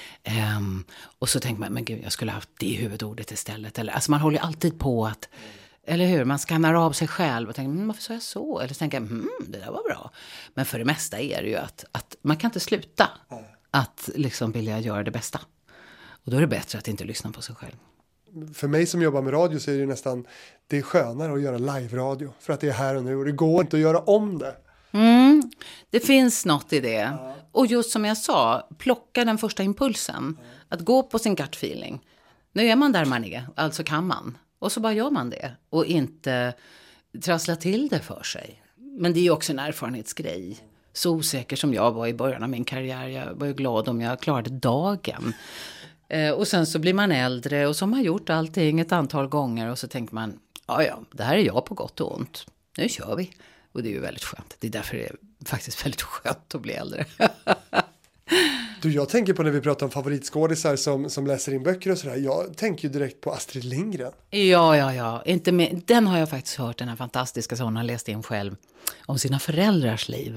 Och så tänker man, men gud, jag skulle ha haft det huvudordet istället. Eller, alltså man håller ju alltid på att, eller hur, man skannar av sig själv och tänker, varför sa jag så? Eller så tänker jag, det där var bra. Men för det mesta är det ju att man kan inte sluta att liksom vilja göra det bästa. Och då är det bättre att inte lyssna på sig själv. För mig som jobbar med radio så är det nästan, det är skönare att göra live-radio. För att det är här och nu och det går inte att göra om det. Det finns något i det. Och just som jag sa, plocka den första impulsen. Att gå på sin gut feeling. Nu är man där man är, alltså kan man. Och så bara gör man det. Och inte trassla till det för sig. Men det är ju också en erfarenhetsgrej. Så osäker som jag var i början av min karriär. Jag var ju glad om jag klarade dagen. Och sen så blir man äldre och så har man gjort allting ett antal gånger. Och så tänker man, ja, det här är jag på gott och ont. Nu kör vi. Och det är ju väldigt skönt. Det är därför det är faktiskt väldigt skönt att bli äldre. Du, jag tänker på när vi pratar om favoritskådisar som läser in böcker och sådär. Jag tänker ju direkt på Astrid Lindgren. Ja. Inte med, den har jag faktiskt hört, den här fantastiska som hon har läst in själv. Om sina föräldrars liv.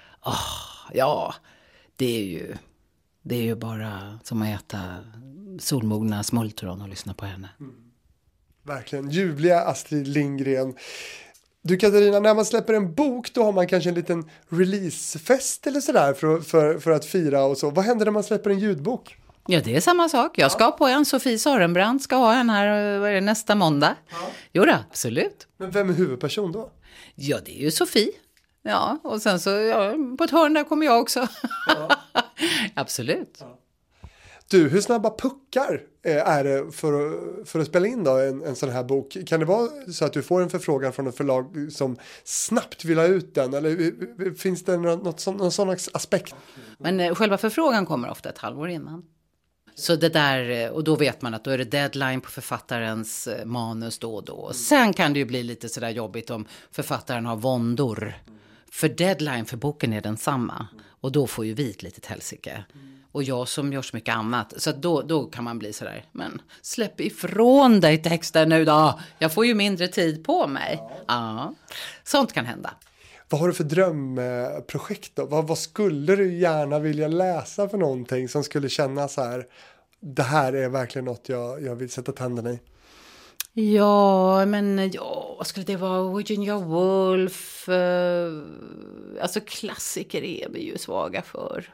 Ja, det är ju bara som att äta solmogna smultron och lyssna på henne. Verkligen, ljuvliga Astrid Lindgren. Du Katarina, när man släpper en bok då har man kanske en liten releasefest eller sådär för att fira och så. Vad händer när man släpper en ljudbok? Ja, det är samma sak. Jag ska på en. Sofie Sörenbrand ska ha en här nästa måndag. Jo då, absolut. Men vem är huvudperson då? Ja, det är ju Sofie. Ja, och sen så på ett hörn där kommer jag också. Ja. Absolut. Ja. Du, hur snabba puckar är det för att spela in då en sån här bok? Kan det vara så att du får en förfrågan från ett förlag som snabbt vill ha ut den? Eller finns det någon sån aspekt? Men själva förfrågan kommer ofta ett halvår innan. Så det där, och då vet man att då är det deadline på författarens manus då och då. Sen kan det ju bli lite sådär jobbigt om författaren har våndor. För deadline för boken är densamma. Och då får ju vi ett litet helsike. Och jag som gör så mycket annat. Så då kan man bli sådär. Men släpp ifrån dig texten nu då. Jag får ju mindre tid på mig. Ja, sånt kan hända. Vad har du för drömprojekt då? Vad skulle du gärna vilja läsa för någonting som skulle kännas så här, det här är verkligen något jag vill sätta tänderna i? Ja, men vad skulle det vara? Virginia Woolf. Alltså klassiker är vi ju svaga för.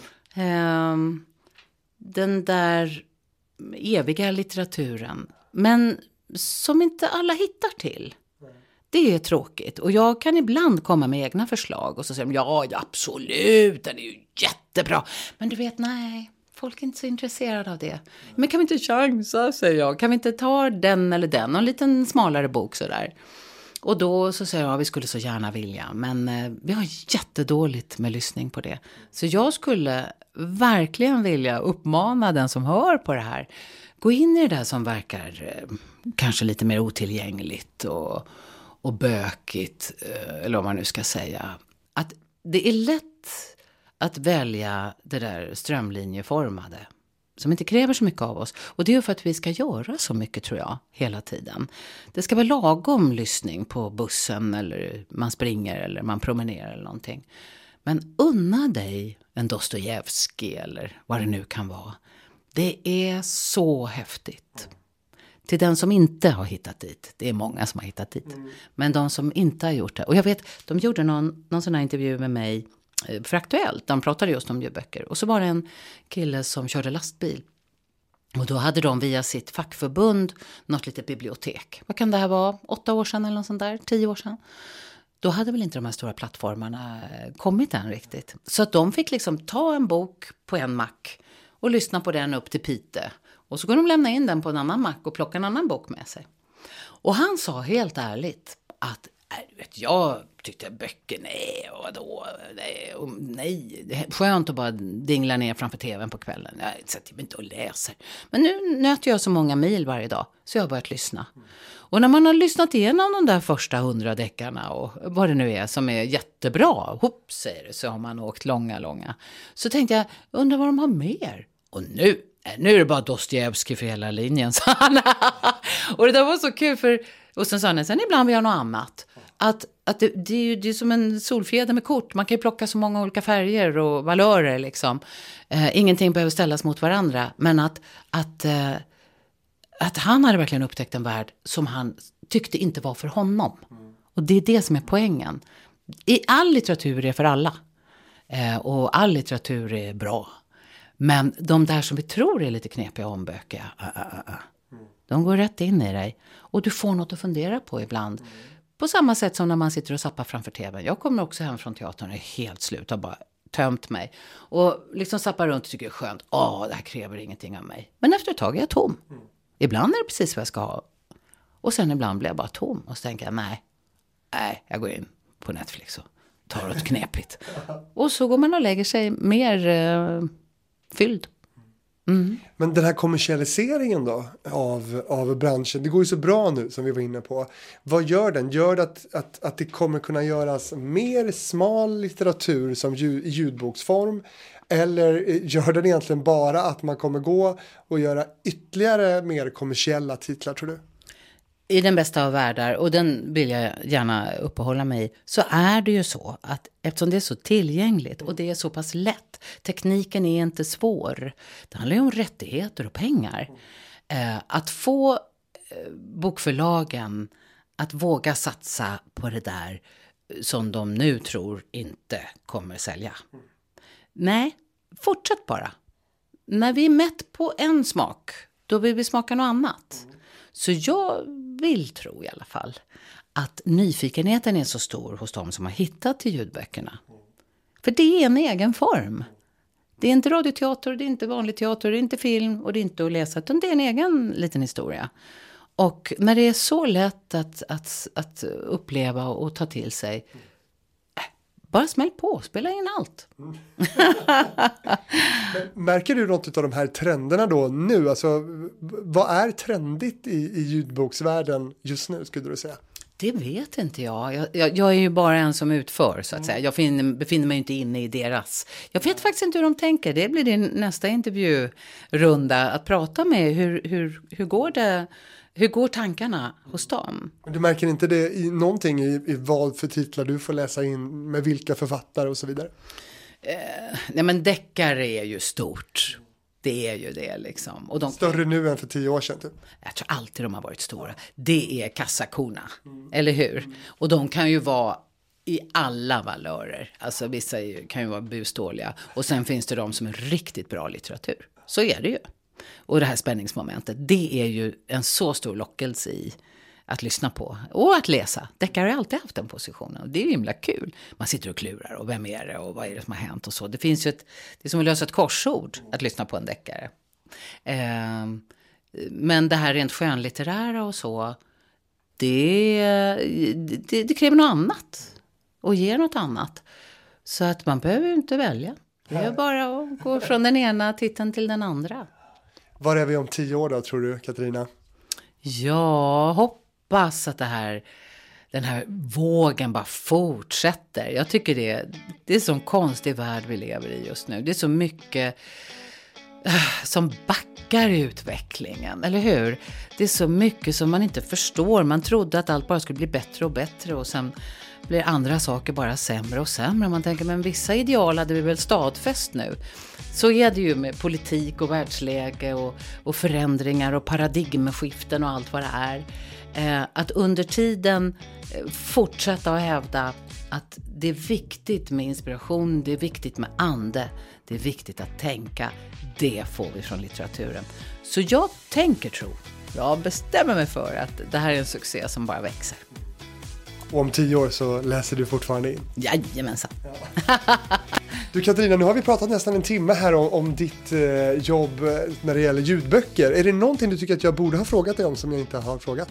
Den där eviga litteraturen. Men som inte alla hittar till. Det är tråkigt. Och jag kan ibland komma med egna förslag. Och så säger de, ja absolut, den är ju jättebra. Men du vet, nej, folk är inte så intresserade av det. Men kan vi inte chansa, säger jag. Kan vi inte ta den eller den? En liten smalare bok sådär. Och då så säger jag, vi skulle så gärna vilja. Men vi har jättedåligt med lyssning på det. Så jag skulle verkligen vilja uppmana den som hör på det här. Gå in i det där som verkar kanske lite mer otillgängligt och bökigt. Eller vad man nu ska säga. Att det är lätt att välja det där strömlinjeformade. Som inte kräver så mycket av oss. Och det är för att vi ska göra så mycket, tror jag, hela tiden. Det ska vara lagom lyssning på bussen eller man springer eller man promenerar eller någonting. Men unna dig en Dostojevskij eller vad det nu kan vara. Det är så häftigt. Till den som inte har hittat dit. Det är många som har hittat dit. Men de som inte har gjort det. Och jag vet, de gjorde någon sån här intervju med mig för Aktuellt. De pratade just om ljudböcker. Och så var det en kille som körde lastbil. Och då hade de via sitt fackförbund något litet bibliotek. Vad kan det här vara? 8 år sedan eller något sånt där? 10 år sedan? Då hade väl inte de här stora plattformarna kommit än riktigt. Så att de fick liksom ta en bok på en mack och lyssna på den upp till Pite. Och så kunde de lämna in den på en annan mack och plocka en annan bok med sig. Och han sa helt ärligt att jag tyckte böcker, nej, det är skönt att bara dingla ner framför tvn på kvällen. Jag sätter mig inte och läser. Men nu nöter jag så många mil varje dag så jag har börjat lyssna. Och när man har lyssnat igenom de där första 100 deckarna och vad det nu är som är jättebra, hopp säger det, så har man åkt långa. Så tänkte jag, undrar vad de har mer? Och nu är det bara Dostojevskij för hela linjen, sa han. Och det där var så kul för, och sen sa han, sen ibland vill jag något annat. Att det är som en solfjäder med kort. Man kan ju plocka så många olika färger och valörer liksom. Ingenting behöver ställas mot varandra. Men att han hade verkligen upptäckt en värld som han tyckte inte var för honom. Och det är det som är poängen. All litteratur är för alla. Och all litteratur är bra. Men de där som vi tror är lite knepiga ombökiga. De går rätt in i dig. Och du får något att fundera på ibland. På samma sätt som när man sitter och zappar framför tvn. Jag kommer också hem från teatern och är helt slut. Har bara tömt mig. Och liksom zappar runt och tycker det är skönt. Det här kräver ingenting av mig. Men efter ett tag är jag tom. Ibland är det precis vad jag ska ha. Och sen ibland blir jag bara tom. Och så tänker jag, nej, jag går in på Netflix och tar ett knepigt. Och så går man och lägger sig mer fylld. Men den här kommersialiseringen då av branschen, det går ju så bra nu som vi var inne på. Vad gör den? Gör det att det kommer kunna göras mer smal litteratur som i ljudboksform? Eller gör den egentligen bara att man kommer gå och göra ytterligare mer kommersiella titlar, tror du? I den bästa av världar, och den vill jag gärna uppehålla mig i, så är det ju så att eftersom det är så tillgängligt och det är så pass lätt, tekniken är inte svår, det handlar ju om rättigheter och pengar. Att få bokförlagen att våga satsa på det där som de nu tror inte kommer sälja. Nej, fortsätt bara. När vi är mätt på en smak, då vill vi smaka något annat. Så jag vill tro i alla fall att nyfikenheten är så stor hos de som har hittat till ljudböckerna. För det är en egen form. Det är inte radioteater, det är inte vanlig teater, det är inte film och det är inte att läsa, utan det är en egen liten historia. Och när det är så lätt att uppleva och ta till sig, bara smäll på, spela in allt. Märker du något av de här trenderna då nu? Alltså, vad är trendigt i ljudboksvärlden just nu, skulle du säga? Det vet inte jag. Jag är ju bara en som utför, så att säga. Jag befinner mig inte inne i deras. Jag vet faktiskt inte hur de tänker. Det blir din nästa intervjurunda. Att prata med hur går det Hur går tankarna hos dem? Du märker inte det i någonting i vad för titlar du får läsa in, med vilka författare och så vidare? Nej, men deckare är ju stort. Det är ju det liksom. Och större nu än för 10 år sedan typ. Jag tror alltid de har varit stora. Det är kassakorna, eller hur? Och de kan ju vara i alla valörer. Alltså vissa kan ju vara busdåliga. Och sen finns det de som är riktigt bra litteratur. Så är det ju. Och det här spänningsmomentet, det är ju en så stor lockelse i att lyssna på och att läsa. Deckare har alltid haft den positionen och det är ju himla kul. Man sitter och klurar och vem är det och vad är det som har hänt och så. Det finns ju det är som att lösa ett korsord att lyssna på en deckare. Men det här rent skönlitterära och så, det kräver något annat och ger något annat. Så att man behöver ju inte välja. Det är bara att gå från den ena titeln till den andra. Var är vi om 10 år då, tror du, Katarina? Jag hoppas att den här vågen bara fortsätter. Jag tycker det är så en konstig värld vi lever i just nu. Det är så mycket som backar i utvecklingen, eller hur? Det är så mycket som man inte förstår. Man trodde att allt bara skulle bli bättre och bättre och sen blir andra saker bara sämre och sämre. Man tänker, men vissa ideal hade vi väl stadfäst nu. Så är det ju med politik och världsläge och förändringar och paradigmskiften och allt vad det är. Att under tiden fortsätta att hävda att det är viktigt med inspiration, det är viktigt med ande, det är viktigt att tänka. Det får vi från litteraturen. Så jag jag bestämmer mig för att det här är en succé som bara växer. Och om 10 år så läser du fortfarande in? Jajamensan. Ja. Du Katarina, nu har vi pratat nästan en timme här om ditt jobb när det gäller ljudböcker. Är det någonting du tycker att jag borde ha frågat dig om som jag inte har frågat?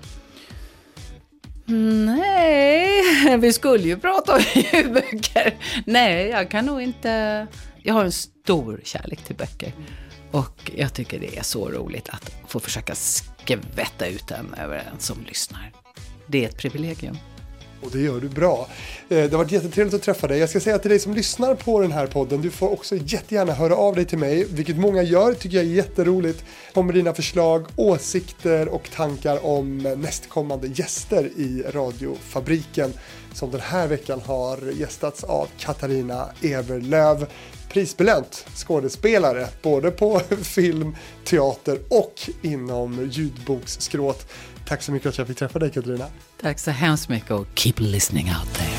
Nej, vi skulle ju prata om ljudböcker. Nej, jag kan nog inte. Jag har en stor kärlek till böcker. Och jag tycker det är så roligt att få försöka skvätta ut den över en som lyssnar. Det är ett privilegium. Och det gör du bra. Det har varit jättetrevligt att träffa dig. Jag ska säga till dig som lyssnar på den här podden, du får också jättegärna höra av dig till mig, vilket många gör, tycker jag är jätteroligt. Kom med dina förslag, åsikter och tankar om nästkommande gäster i radiofabriken, som den här veckan har gästats av Katarina Ewerlöf. Prisbelönt skådespelare, både på film, teater och inom ljudboksskrået. Tack så mycket att jag fick träffa dig, Katarina. Tack så hemskt mycket och keep listening out there.